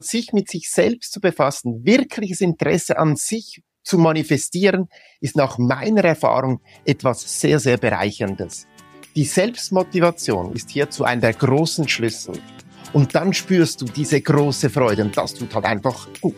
Sich mit sich selbst zu befassen, wirkliches Interesse an sich zu manifestieren, ist nach meiner Erfahrung etwas sehr, sehr Bereicherndes. Die Selbstmotivation ist hierzu einer der großen Schlüssel. Und dann spürst du diese große Freude und das tut halt einfach gut.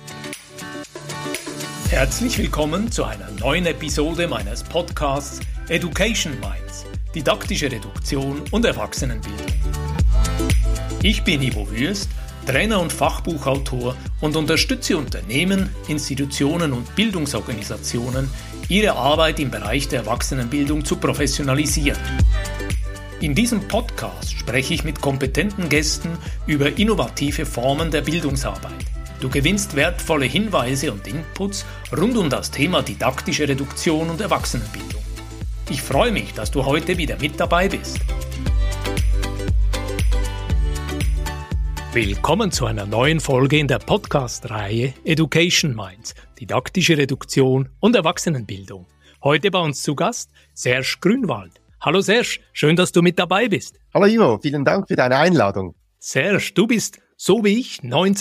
Herzlich willkommen zu einer neuen Episode meines Podcasts Education Minds, didaktische Reduktion und Erwachsenenbildung. Ich bin Ivo Würst, Trainer und Fachbuchautor und unterstütze Unternehmen, Institutionen und Bildungsorganisationen, ihre Arbeit im Bereich der Erwachsenenbildung zu professionalisieren. In diesem Podcast spreche ich mit kompetenten Gästen über innovative Formen der Bildungsarbeit. Du gewinnst wertvolle Hinweise und Inputs rund um das Thema didaktische Reduktion und Erwachsenenbildung. Ich freue mich, dass du heute wieder mit dabei bist. Willkommen zu einer neuen Folge in der Podcast-Reihe Education Minds, didaktische Reduktion und Erwachsenenbildung. Heute bei uns zu Gast Serge Grünwald. Hallo Serge, schön, dass du mit dabei bist. Hallo Ivo, vielen Dank für deine Einladung. Serge, du bist, so wie ich,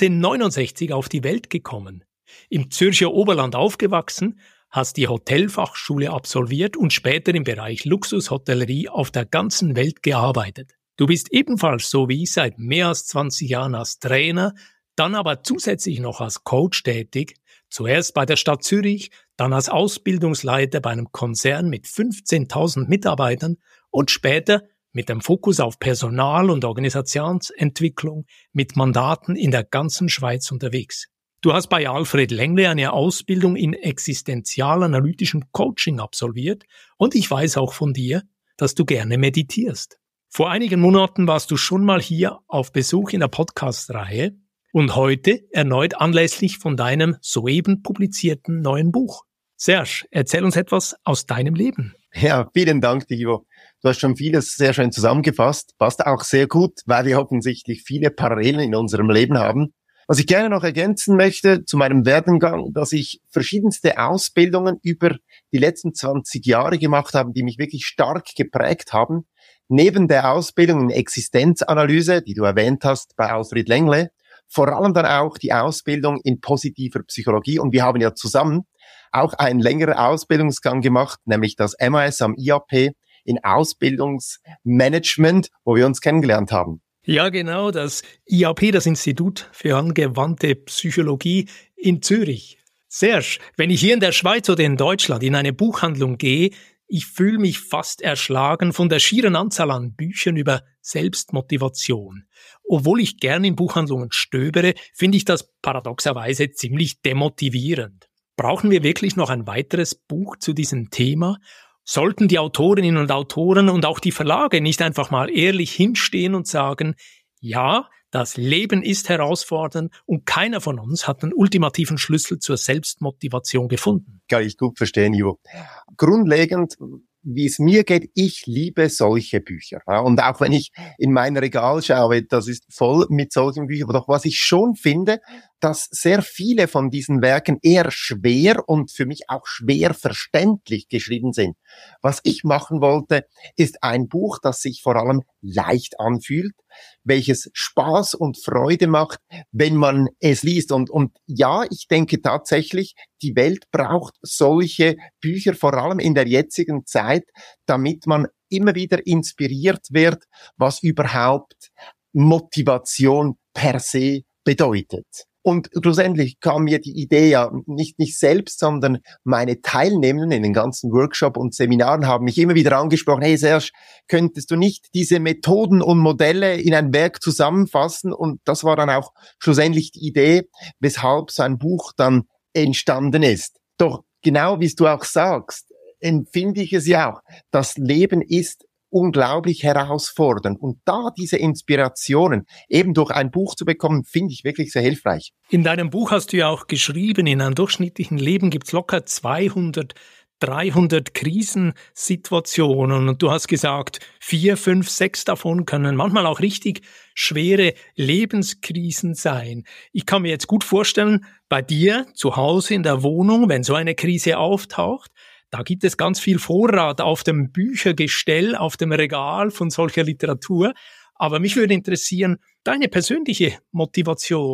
1969 auf die Welt gekommen. Im Zürcher Oberland aufgewachsen, hast die Hotelfachschule absolviert und später im Bereich Luxushotellerie auf der ganzen Welt gearbeitet. Du bist ebenfalls so wie ich seit mehr als 20 Jahren als Trainer, dann aber zusätzlich noch als Coach tätig, zuerst bei der Stadt Zürich, dann als Ausbildungsleiter bei einem Konzern mit 15.000 Mitarbeitern und später mit dem Fokus auf Personal- und Organisationsentwicklung mit Mandaten in der ganzen Schweiz unterwegs. Du hast bei Alfred Längle eine Ausbildung in existenzialanalytischem Coaching absolviert und ich weiß auch von dir, dass du gerne meditierst. Vor einigen Monaten warst du schon mal hier auf Besuch in der Podcast-Reihe und heute erneut anlässlich von deinem soeben publizierten neuen Buch. Serge, erzähl uns etwas aus deinem Leben. Ja, vielen Dank, Ivo. Du hast schon vieles sehr schön zusammengefasst. Passt auch sehr gut, weil wir offensichtlich viele Parallelen in unserem Leben haben. Was ich gerne noch ergänzen möchte zu meinem Werdegang, dass ich verschiedenste Ausbildungen über die letzten 20 Jahre gemacht habe, die mich wirklich stark geprägt haben. Neben der Ausbildung in Existenzanalyse, die du erwähnt hast bei Alfred Längle, vor allem dann auch die Ausbildung in positiver Psychologie. Und wir haben ja zusammen auch einen längeren Ausbildungsgang gemacht, nämlich das MAS am IAP in Ausbildungsmanagement, wo wir uns kennengelernt haben. Ja, genau, das IAP, das Institut für angewandte Psychologie in Zürich. Serge, wenn ich hier in der Schweiz oder in Deutschland in eine Buchhandlung gehe, ich fühle mich fast erschlagen von der schieren Anzahl an Büchern über Selbstmotivation. Obwohl ich gern in Buchhandlungen stöbere, finde ich das paradoxerweise ziemlich demotivierend. Brauchen wir wirklich noch ein weiteres Buch zu diesem Thema? Sollten die Autorinnen und Autoren und auch die Verlage nicht einfach mal ehrlich hinstehen und sagen, ja, das Leben ist herausfordernd und keiner von uns hat einen ultimativen Schlüssel zur Selbstmotivation gefunden? Kann ich gut verstehen, Ivo. Grundlegend, wie es mir geht, ich liebe solche Bücher. Und auch wenn ich in mein Regal schaue, das ist voll mit solchen Büchern. Doch was ich schon finde, dass sehr viele von diesen Werken eher schwer und für mich auch schwer verständlich geschrieben sind. Was ich machen wollte, ist ein Buch, das sich vor allem leicht anfühlt, welches Spaß und Freude macht, wenn man es liest. Und ja, ich denke tatsächlich, die Welt braucht solche Bücher, vor allem in der jetzigen Zeit, damit man immer wieder inspiriert wird, was überhaupt Motivation per se bedeutet. Und schlussendlich kam mir die Idee ja nicht selbst, sondern meine Teilnehmenden in den ganzen Workshop und Seminaren haben mich immer wieder angesprochen, hey Serge, könntest du nicht diese Methoden und Modelle in ein Werk zusammenfassen? Und das war dann auch schlussendlich die Idee, weshalb so ein Buch dann entstanden ist. Doch genau wie du auch sagst, empfinde ich es ja auch, das Leben ist unglaublich herausfordernd. Und da diese Inspirationen eben durch ein Buch zu bekommen, finde ich wirklich sehr hilfreich. In deinem Buch hast du ja auch geschrieben, in einem durchschnittlichen Leben gibt es locker 200, 300 Krisensituationen und du hast gesagt, 4, 5, 6 davon können manchmal auch richtig schwere Lebenskrisen sein. Ich kann mir jetzt gut vorstellen, bei dir zu Hause in der Wohnung, wenn so eine Krise auftaucht, da gibt es ganz viel Vorrat auf dem Büchergestell, auf dem Regal von solcher Literatur. Aber mich würde interessieren, deine persönliche Motivation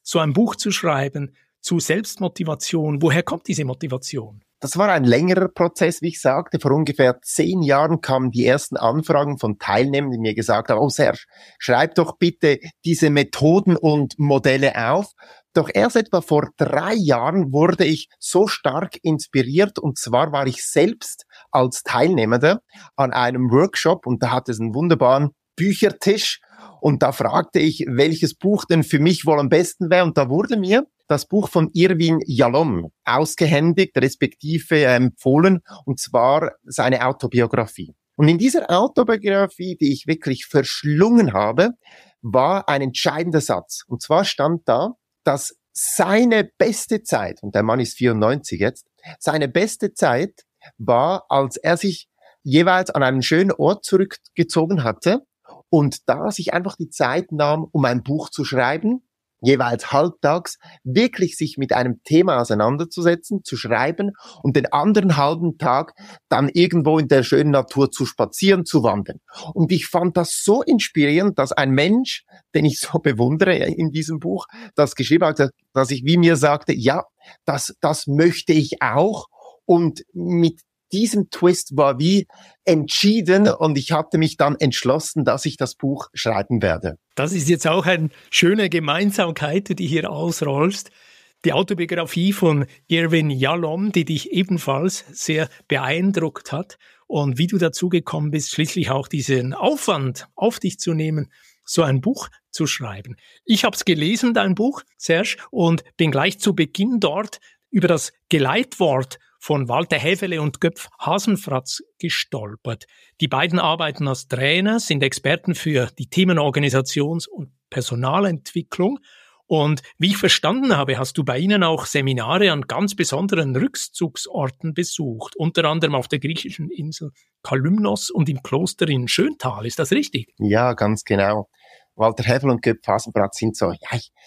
so ein Buch zu schreiben zu Selbstmotivation? Woher kommt diese Motivation? Das war ein längerer Prozess, wie ich sagte. Vor ungefähr 10 Jahren kamen die ersten Anfragen von Teilnehmern, die mir gesagt haben, oh Serge, schreib doch bitte diese Methoden und Modelle auf. Doch erst etwa vor 3 Jahren wurde ich so stark inspiriert, und zwar war ich selbst als Teilnehmer an einem Workshop und da hatte es einen wunderbaren Büchertisch und da fragte ich, welches Buch denn für mich wohl am besten wäre, und da wurde mir das Buch von Irvin Yalom ausgehändigt, respektive empfohlen, und zwar seine Autobiografie. Und in dieser Autobiografie, die ich wirklich verschlungen habe, war ein entscheidender Satz. Und zwar stand da, dass seine beste Zeit, und der Mann ist 94 jetzt, seine beste Zeit war, als er sich jeweils an einen schönen Ort zurückgezogen hatte und da sich einfach die Zeit nahm, um ein Buch zu schreiben, jeweils halbtags, wirklich sich mit einem Thema auseinanderzusetzen, zu schreiben und den anderen halben Tag dann irgendwo in der schönen Natur zu spazieren, zu wandern. Und ich fand das so inspirierend, dass ein Mensch, den ich so bewundere in diesem Buch, das geschrieben hat, dass ich wie mir sagte, ja, das möchte ich auch. Und mit diesem Twist war wie entschieden und ich hatte mich dann entschlossen, dass ich das Buch schreiben werde. Das ist jetzt auch eine schöne Gemeinsamkeit, die hier ausrollst. Die Autobiografie von Irvin Yalom, die dich ebenfalls sehr beeindruckt hat und wie du dazu gekommen bist, schließlich auch diesen Aufwand auf dich zu nehmen, so ein Buch zu schreiben. Ich habe es gelesen, dein Buch, Serge, und bin gleich zu Beginn dort über das Geleitwort von Walter Häfele und Göpf Hasenfratz gestolpert. Die beiden arbeiten als Trainer, sind Experten für die Themen Organisations- und Personalentwicklung. Und wie ich verstanden habe, hast du bei ihnen auch Seminare an ganz besonderen Rückzugsorten besucht, unter anderem auf der griechischen Insel Kalymnos und im Kloster in Schöntal. Ist das richtig? Ja, ganz genau. Walter Häfele und Göpf Hasenfratz sind so,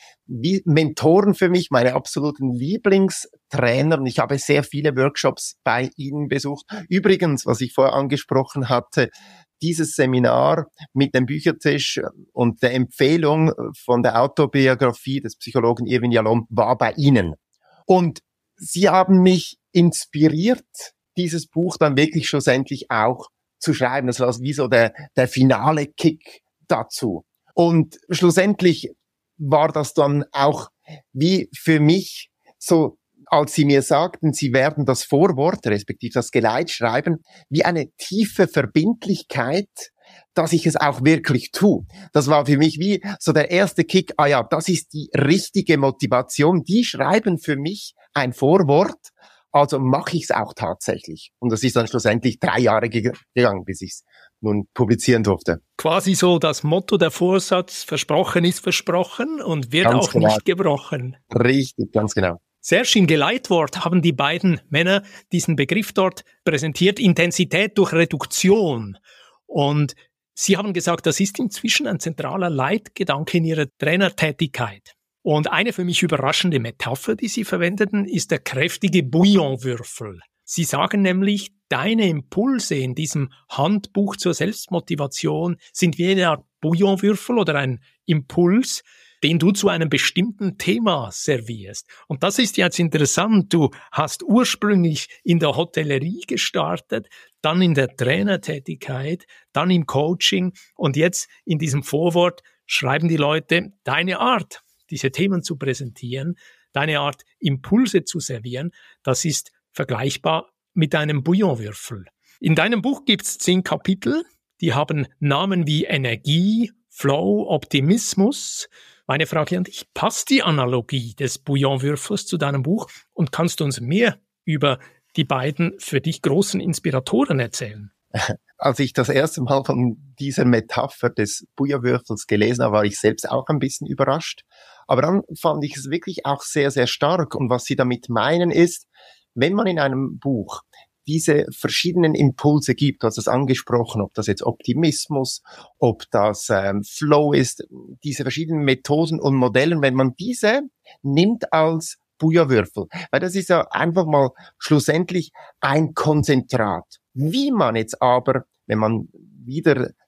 wie Mentoren für mich, meine absoluten Lieblingstrainer, und ich habe sehr viele Workshops bei ihnen besucht. Übrigens, was ich vorher angesprochen hatte, dieses Seminar mit dem Büchertisch und der Empfehlung von der Autobiografie des Psychologen Irvin Yalom war bei ihnen. Und sie haben mich inspiriert, dieses Buch dann wirklich schlussendlich auch zu schreiben. Das war also wie so der finale Kick dazu. Und schlussendlich war das dann auch wie für mich so, als sie mir sagten, sie werden das Vorwort, respektive das Geleitschreiben, wie eine tiefe Verbindlichkeit, dass ich es auch wirklich tue. Das war für mich wie so der erste Kick, das ist die richtige Motivation. Die schreiben für mich ein Vorwort, also mache ich es auch tatsächlich. Und das ist dann schlussendlich 3 Jahre gegangen, bis ich es nun publizieren durfte. Quasi so das Motto, der Vorsatz, versprochen ist versprochen und wird Ganz auch genau. nicht gebrochen. Richtig, ganz genau. Serge, im Geleitwort haben die beiden Männer diesen Begriff dort präsentiert, Intensität durch Reduktion. Und sie haben gesagt, das ist inzwischen ein zentraler Leitgedanke in ihrer Trainertätigkeit. Und eine für mich überraschende Metapher, die sie verwendeten, ist der kräftige Bouillonwürfel. Sie sagen nämlich, deine Impulse in diesem Handbuch zur Selbstmotivation sind wie eine Art Bouillonwürfel oder ein Impuls, den du zu einem bestimmten Thema servierst. Und das ist jetzt interessant. Du hast ursprünglich in der Hotellerie gestartet, dann in der Trainertätigkeit, dann im Coaching und jetzt in diesem Vorwort schreiben die Leute, deine Art, diese Themen zu präsentieren, deine Art, Impulse zu servieren, das ist vergleichbar mit einem Bouillonwürfel. In deinem Buch gibt's 10 Kapitel, die haben Namen wie Energie, Flow, Optimismus. Meine Frage an dich, passt die Analogie des Bouillonwürfels zu deinem Buch und kannst du uns mehr über die beiden für dich großen Inspiratoren erzählen? Als ich das erste Mal von dieser Metapher des Bouillonwürfels gelesen habe, war ich selbst auch ein bisschen überrascht. Aber dann fand ich es wirklich auch sehr, sehr stark. Und was sie damit meinen ist, wenn man in einem Buch diese verschiedenen Impulse gibt, du hast es angesprochen, ob das jetzt Optimismus, ob das Flow ist, diese verschiedenen Methoden und Modellen, wenn man diese nimmt als Bouillonwürfel, weil das ist ja einfach mal schlussendlich ein Konzentrat. Wie man jetzt aber, wenn man wieder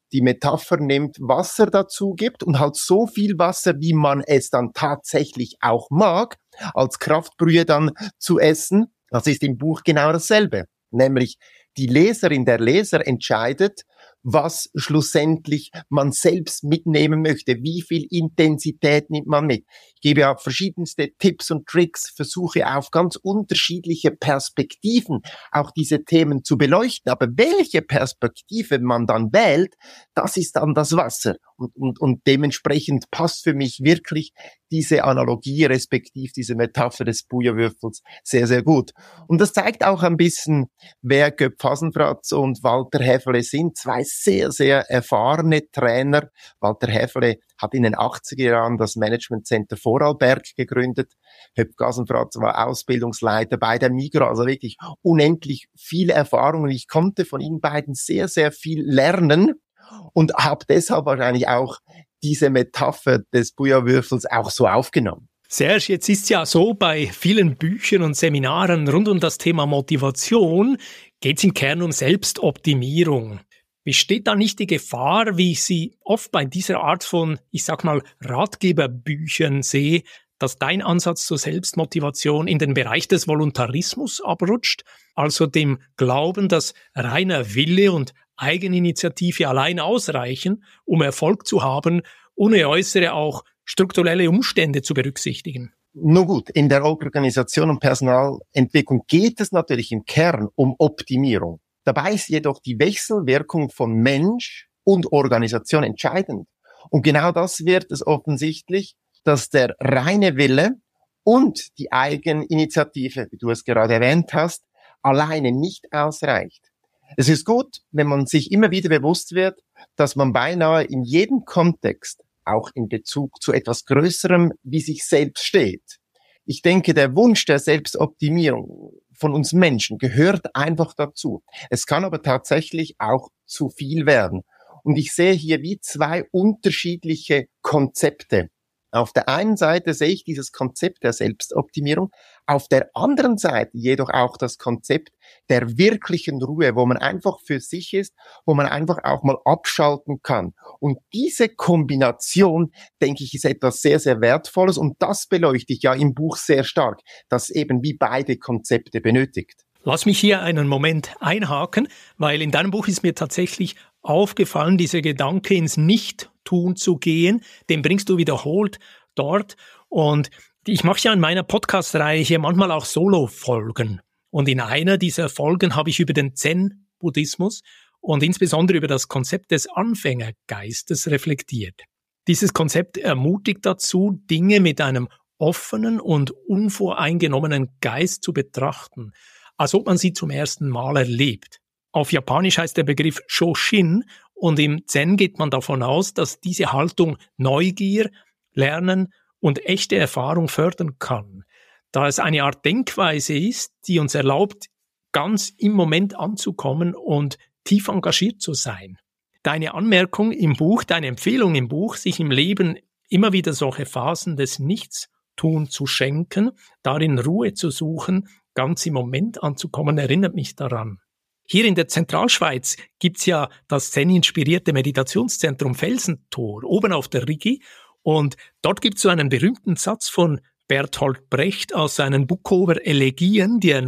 die Metapher nimmt, Wasser dazu gibt und halt so viel Wasser, wie man es dann tatsächlich auch mag, als Kraftbrühe dann zu essen. Das ist im Buch genau dasselbe. Nämlich die Leserin, der Leser entscheidet, was schlussendlich man selbst mitnehmen möchte. Wie viel Intensität nimmt man mit? Ich gebe ja verschiedenste Tipps und Tricks, versuche auf ganz unterschiedliche Perspektiven auch diese Themen zu beleuchten. Aber welche Perspektive man dann wählt, das ist dann das Wasser. Und dementsprechend passt für mich wirklich diese Analogie, respektive diese Metapher des Buja-Würfels sehr, sehr gut. Und das zeigt auch ein bisschen, wer Göpf Hasenfratz und Walter Häferle sind. Zwei sehr, sehr erfahrene Trainer. Walter Häferle hat in den 80er Jahren das Management Center Vorarlberg gegründet. Göpf Hasenfratz war Ausbildungsleiter bei der Migros, also wirklich unendlich viel Erfahrung. Und ich konnte von ihnen beiden sehr, sehr viel lernen und habe deshalb wahrscheinlich auch diese Metapher des Buja-Würfels auch so aufgenommen. Serge, jetzt ist ja so, bei vielen Büchern und Seminaren rund um das Thema Motivation geht es im Kern um Selbstoptimierung. Besteht da nicht die Gefahr, wie ich sie oft bei dieser Art von, ich sag mal, Ratgeberbüchern sehe, dass dein Ansatz zur Selbstmotivation in den Bereich des Voluntarismus abrutscht, also dem Glauben, dass reiner Wille und Eigeninitiative allein ausreichen, um Erfolg zu haben, ohne äußere auch strukturelle Umstände zu berücksichtigen? Nun gut, in der Organisation und Personalentwicklung geht es natürlich im Kern um Optimierung. Dabei ist jedoch die Wechselwirkung von Mensch und Organisation entscheidend. Und genau das wird es offensichtlich, dass der reine Wille und die Eigeninitiative, wie du es gerade erwähnt hast, alleine nicht ausreicht. Es ist gut, wenn man sich immer wieder bewusst wird, dass man beinahe in jedem Kontext, auch in Bezug zu etwas Größerem wie sich selbst steht. Ich denke, der Wunsch der Selbstoptimierung von uns Menschen gehört einfach dazu. Es kann aber tatsächlich auch zu viel werden. Und ich sehe hier wie zwei unterschiedliche Konzepte. Auf der einen Seite sehe ich dieses Konzept der Selbstoptimierung, auf der anderen Seite jedoch auch das Konzept der wirklichen Ruhe, wo man einfach für sich ist, wo man einfach auch mal abschalten kann. Und diese Kombination, denke ich, ist etwas sehr, sehr Wertvolles und das beleuchte ich ja im Buch sehr stark, das eben wie beide Konzepte benötigt. Lass mich hier einen Moment einhaken, weil in deinem Buch ist mir tatsächlich aufgefallen, dieser Gedanke ins Nicht-Tun zu gehen, den bringst du wiederholt dort. Und ich mache ja in meiner Podcast-Reihe hier manchmal auch Solo-Folgen. Und in einer dieser Folgen habe ich über den Zen-Buddhismus und insbesondere über das Konzept des Anfängergeistes reflektiert. Dieses Konzept ermutigt dazu, Dinge mit einem offenen und unvoreingenommenen Geist zu betrachten, als ob man sie zum ersten Mal erlebt. Auf Japanisch heißt der Begriff Shoshin und im Zen geht man davon aus, dass diese Haltung Neugier, Lernen und echte Erfahrung fördern kann, da es eine Art Denkweise ist, die uns erlaubt, ganz im Moment anzukommen und tief engagiert zu sein. Deine Anmerkung im Buch, deine Empfehlung im Buch, sich im Leben immer wieder solche Phasen des Nichtstun zu schenken, darin Ruhe zu suchen, ganz im Moment anzukommen, erinnert mich daran. Hier in der Zentralschweiz gibt's ja das Zen-inspirierte Meditationszentrum Felsentor oben auf der Rigi und dort gibt's so einen berühmten Satz von Bertolt Brecht aus seinen Bukower Elegien, die er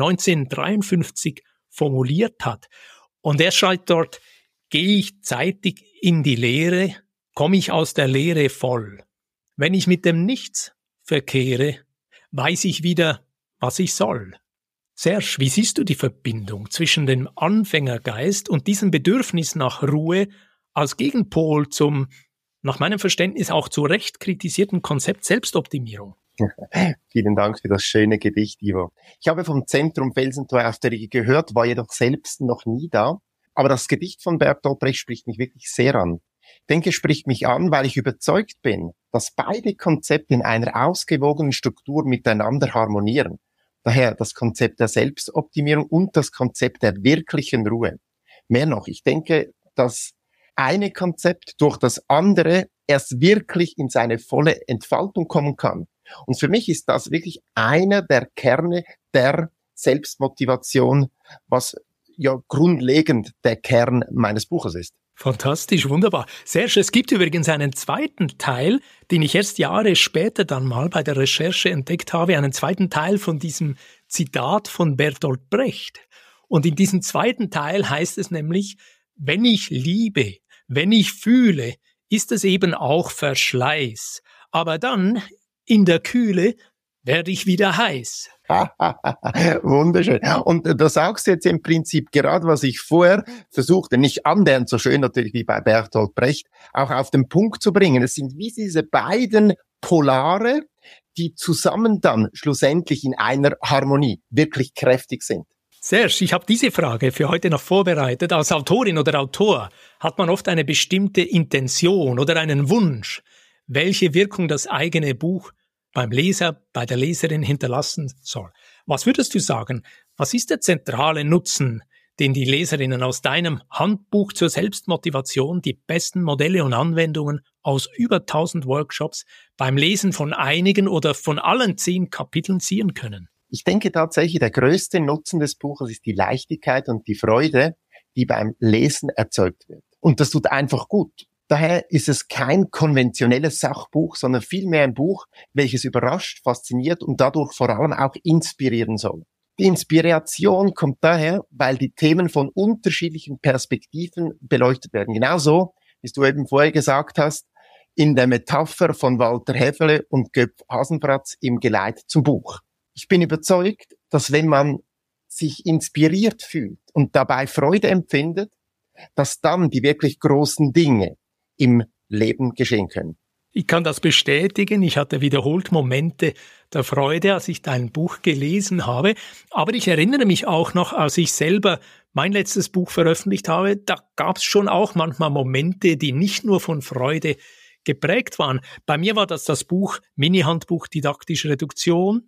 1953 formuliert hat. Und er schreibt dort: Gehe ich zeitig in die Lehre, komme ich aus der Lehre voll. Wenn ich mit dem Nichts verkehre, weiß ich wieder, was ich soll. Serge, wie siehst du die Verbindung zwischen dem Anfängergeist und diesem Bedürfnis nach Ruhe als Gegenpol zum, nach meinem Verständnis auch zu Recht kritisierten Konzept Selbstoptimierung? Vielen Dank für das schöne Gedicht, Ivo. Ich habe vom Zentrum Felsentor auf der Rigi gehört, war jedoch selbst noch nie da. Aber das Gedicht von Bertolt Brecht spricht mich wirklich sehr an. Ich denke, es spricht mich an, weil ich überzeugt bin, dass beide Konzepte in einer ausgewogenen Struktur miteinander harmonieren. Daher das Konzept der Selbstoptimierung und das Konzept der wirklichen Ruhe. Mehr noch, ich denke, dass eine Konzept durch das andere erst wirklich in seine volle Entfaltung kommen kann. Und für mich ist das wirklich einer der Kerne der Selbstmotivation, was ja grundlegend der Kern meines Buches ist. Fantastisch, wunderbar. Serge, es gibt übrigens einen zweiten Teil, den ich erst Jahre später dann mal bei der Recherche entdeckt habe, einen zweiten Teil von diesem Zitat von Bertolt Brecht. Und in diesem zweiten Teil heißt es nämlich, wenn ich liebe, wenn ich fühle, ist es eben auch Verschleiß. Aber dann, in der Kühle, werde ich wieder heiß. Wunderschön. Und da sagst du jetzt im Prinzip gerade, was ich vorher versuchte, nicht annähernd so schön natürlich wie bei Bertolt Brecht, auch auf den Punkt zu bringen. Es sind wie diese beiden Polare, die zusammen dann schlussendlich in einer Harmonie wirklich kräftig sind. Serge, ich habe diese Frage für heute noch vorbereitet. Als Autorin oder Autor hat man oft eine bestimmte Intention oder einen Wunsch, welche Wirkung das eigene Buch beim Leser, bei der Leserin hinterlassen soll. Was würdest du sagen? Was ist der zentrale Nutzen, den die Leserinnen aus deinem Handbuch zur Selbstmotivation, die besten Modelle und Anwendungen aus über 1000 Workshops beim Lesen von einigen oder von allen 10 Kapiteln ziehen können? Ich denke tatsächlich, der größte Nutzen des Buches ist die Leichtigkeit und die Freude, die beim Lesen erzeugt wird. Und das tut einfach gut. Daher ist es kein konventionelles Sachbuch, sondern vielmehr ein Buch, welches überrascht, fasziniert und dadurch vor allem auch inspirieren soll. Die Inspiration kommt daher, weil die Themen von unterschiedlichen Perspektiven beleuchtet werden. Genauso, wie du eben vorher gesagt hast, in der Metapher von Walter Häferle und Göpf Hasenfratz im Geleit zum Buch. Ich bin überzeugt, dass wenn man sich inspiriert fühlt und dabei Freude empfindet, dass dann die wirklich großen Dinge im Leben geschehen können. Ich kann das bestätigen. Ich hatte wiederholt Momente der Freude, als ich dein Buch gelesen habe. Aber ich erinnere mich auch noch, als ich selber mein letztes Buch veröffentlicht habe, da gab es schon auch manchmal Momente, die nicht nur von Freude geprägt waren. Bei mir war das Buch Mini-Handbuch Didaktische Reduktion,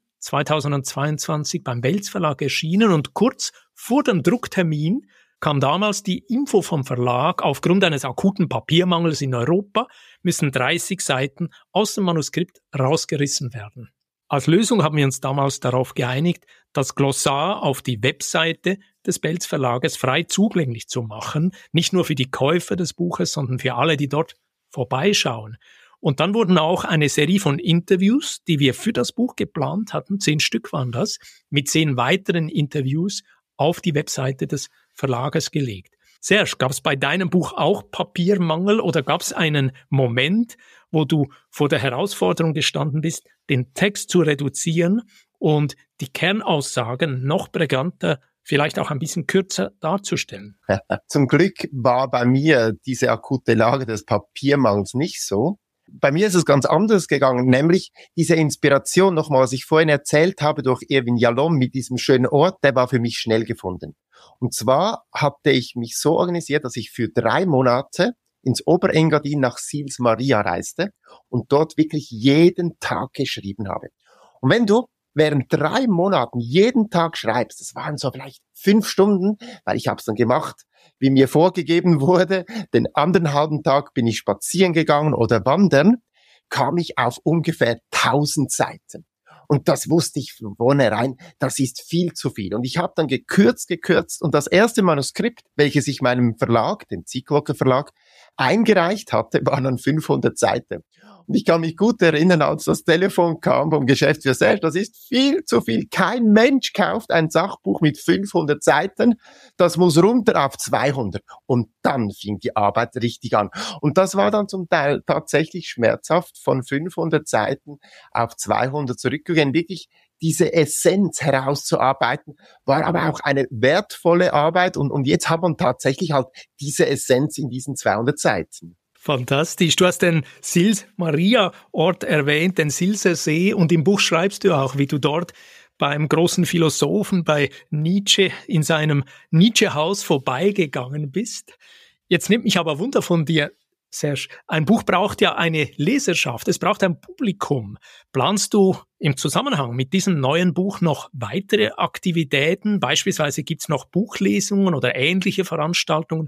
2022 beim Welz Verlag erschienen, und kurz vor dem Drucktermin kam damals die Info vom Verlag, aufgrund eines akuten Papiermangels in Europa müssen 30 Seiten aus dem Manuskript rausgerissen werden. Als Lösung haben wir uns damals darauf geeinigt, das Glossar auf die Webseite des Belz Verlages frei zugänglich zu machen, nicht nur für die Käufer des Buches, sondern für alle, die dort vorbeischauen. Und dann wurden auch eine Serie von Interviews, die wir für das Buch geplant hatten, 10 Stück waren das, mit 10 weiteren Interviews auf die Webseite des Verlages gelegt. Serge, gab es bei deinem Buch auch Papiermangel oder gab es einen Moment, wo du vor der Herausforderung gestanden bist, den Text zu reduzieren und die Kernaussagen noch prägnanter, vielleicht auch ein bisschen kürzer darzustellen? Zum Glück war bei mir diese akute Lage des Papiermangels nicht so. Bei mir ist es ganz anders gegangen, nämlich diese Inspiration, nochmal, was ich vorhin erzählt habe, durch Erwin Yalom mit diesem schönen Ort, der war für mich schnell gefunden. Und zwar hatte ich mich so organisiert, dass ich für 3 Monate ins Oberengadin nach Sils Maria reiste und dort wirklich jeden Tag geschrieben habe. Und wenn du während 3 Monaten jeden Tag schreibst, das waren so vielleicht 5 Stunden, weil ich habe es dann gemacht, wie mir vorgegeben wurde, den anderen halben Tag bin ich spazieren gegangen oder wandern, kam ich auf ungefähr 1000 Seiten. Und das wusste ich von vornherein, das ist viel zu viel. Und ich habe dann gekürzt und das erste Manuskript, welches ich meinem Verlag, dem Zieglocker Verlag, eingereicht hatte, waren dann 500 Seiten. Und ich kann mich gut erinnern, als das Telefon kam vom Geschäftsführer, Serge, das ist viel zu viel. Kein Mensch kauft ein Sachbuch mit 500 Seiten. Das muss runter auf 200. Und dann fing die Arbeit richtig an. Und das war dann zum Teil tatsächlich schmerzhaft, von 500 Seiten auf 200 zurückzugehen. Wirklich diese Essenz herauszuarbeiten, war aber auch eine wertvolle Arbeit. Und jetzt hat man tatsächlich halt diese Essenz in diesen 200 Seiten. Fantastisch. Du hast den Sils-Maria-Ort erwähnt, den Silser See, und im Buch schreibst du auch, wie du dort beim großen Philosophen, bei Nietzsche, in seinem Nietzsche-Haus vorbeigegangen bist. Jetzt nimmt mich aber Wunder von dir, Serge. Ein Buch braucht ja eine Leserschaft, es braucht ein Publikum. Planst du im Zusammenhang mit diesem neuen Buch noch weitere Aktivitäten? Beispielsweise gibt es noch Buchlesungen oder ähnliche Veranstaltungen?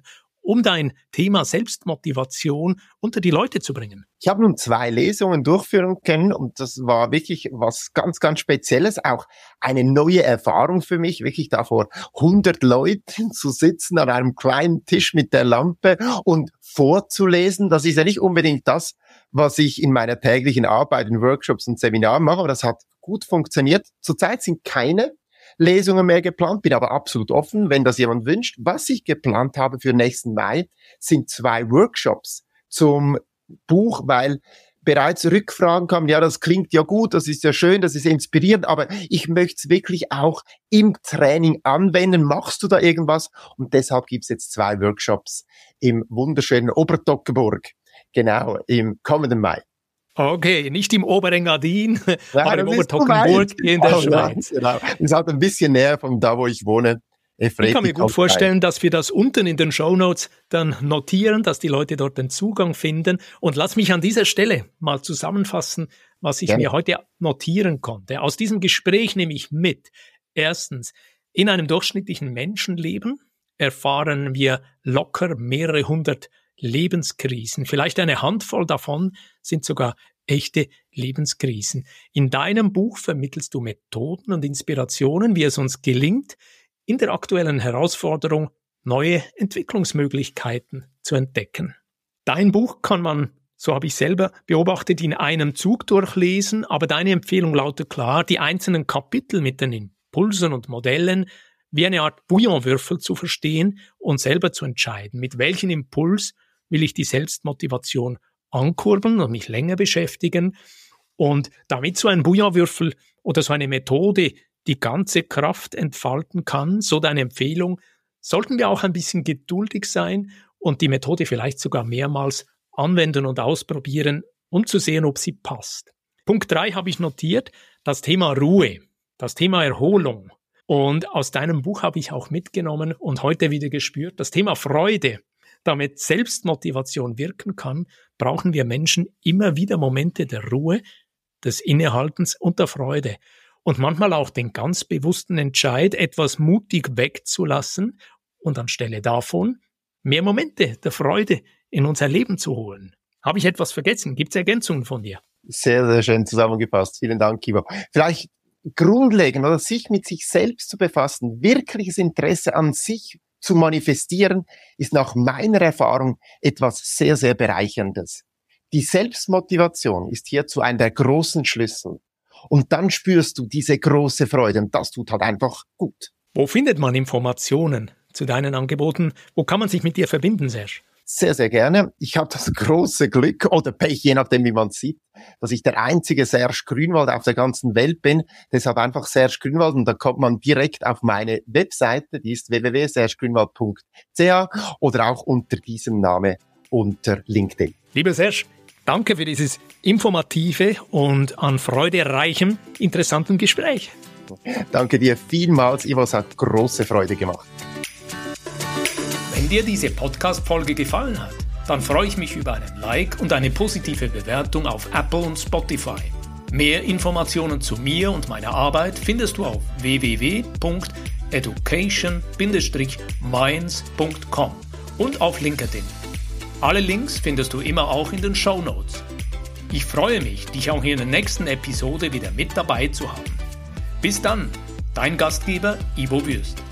um dein Thema Selbstmotivation unter die Leute zu bringen? Ich habe nun 2 Lesungen durchführen können und das war wirklich was ganz, ganz Spezielles. Auch eine neue Erfahrung für mich, wirklich da vor 100 Leuten zu sitzen an einem kleinen Tisch mit der Lampe und vorzulesen. Das ist ja nicht unbedingt das, was ich in meiner täglichen Arbeit in Workshops und Seminaren mache, aber das hat gut funktioniert. Zurzeit sind keine Lesungen mehr geplant, bin aber absolut offen, wenn das jemand wünscht. Was ich geplant habe für nächsten Mai, sind 2 Workshops zum Buch, weil bereits Rückfragen kamen, ja, das klingt ja gut, das ist ja schön, das ist inspirierend, aber ich möchte es wirklich auch im Training anwenden. Machst du da irgendwas? Und deshalb gibt es jetzt 2 Workshops im wunderschönen Obertoggenburg, genau, im kommenden Mai. Okay, nicht im Oberengadin, aber im Obertoggenburg in der Schweiz. Genau. Das ist halt ein bisschen näher von da, wo ich wohne. Ich kann mir gut vorstellen, dass wir das unten in den Shownotes dann notieren, dass die Leute dort den Zugang finden. Und lass mich an dieser Stelle mal zusammenfassen, was ich mir heute notieren konnte. Aus diesem Gespräch nehme ich mit. Erstens, in einem durchschnittlichen Menschenleben erfahren wir locker mehrere 100 Lebenskrisen. Vielleicht eine Handvoll davon sind sogar echte Lebenskrisen. In deinem Buch vermittelst du Methoden und Inspirationen, wie es uns gelingt, in der aktuellen Herausforderung neue Entwicklungsmöglichkeiten zu entdecken. Dein Buch kann man, so habe ich selber beobachtet, in einem Zug durchlesen, aber deine Empfehlung lautet klar, die einzelnen Kapitel mit den Impulsen und Modellen wie eine Art Bouillonwürfel zu verstehen und selber zu entscheiden, mit welchem Impuls will ich die Selbstmotivation ankurbeln und mich länger beschäftigen. Und damit so ein Bouillonwürfel oder so eine Methode die ganze Kraft entfalten kann, so deine Empfehlung, sollten wir auch ein bisschen geduldig sein und die Methode vielleicht sogar mehrmals anwenden und ausprobieren, um zu sehen, ob sie passt. Punkt 3 habe ich notiert, das Thema Ruhe, das Thema Erholung. Und aus deinem Buch habe ich auch mitgenommen und heute wieder gespürt, das Thema Freude. Damit Selbstmotivation wirken kann, brauchen wir Menschen immer wieder Momente der Ruhe, des Innehaltens und der Freude. Und manchmal auch den ganz bewussten Entscheid, etwas mutig wegzulassen und anstelle davon mehr Momente der Freude in unser Leben zu holen. Habe ich etwas vergessen? Gibt es Ergänzungen von dir? Sehr, sehr schön zusammengefasst. Vielen Dank, Ivo. Vielleicht grundlegend, oder sich mit sich selbst zu befassen, wirkliches Interesse an sich zu manifestieren, ist nach meiner Erfahrung etwas sehr, sehr Bereicherndes. Die Selbstmotivation ist hierzu einer der großen Schlüssel. Und dann spürst du diese große Freude und das tut halt einfach gut. Wo findet man Informationen zu deinen Angeboten? Wo kann man sich mit dir verbinden, Serge? Sehr, sehr gerne. Ich habe das große Glück oder Pech, je nachdem, wie man es sieht, dass ich der einzige Serge Grünwald auf der ganzen Welt bin. Deshalb einfach Serge Grünwald und da kommt man direkt auf meine Webseite, die ist www.sergegrünwald.ch oder auch unter diesem Namen unter LinkedIn. Lieber Serge, danke für dieses informative und an Freude reichem, interessanten Gespräch. Danke dir vielmals, Ivo, es hat große Freude gemacht. Wenn dir diese Podcast-Folge gefallen hat, dann freue ich mich über einen Like und eine positive Bewertung auf Apple und Spotify. Mehr Informationen zu mir und meiner Arbeit findest du auf www.education-minds.com und auf LinkedIn. Alle Links findest du immer auch in den Shownotes. Ich freue mich, dich auch in der nächsten Episode wieder mit dabei zu haben. Bis dann, dein Gastgeber Ivo Würst.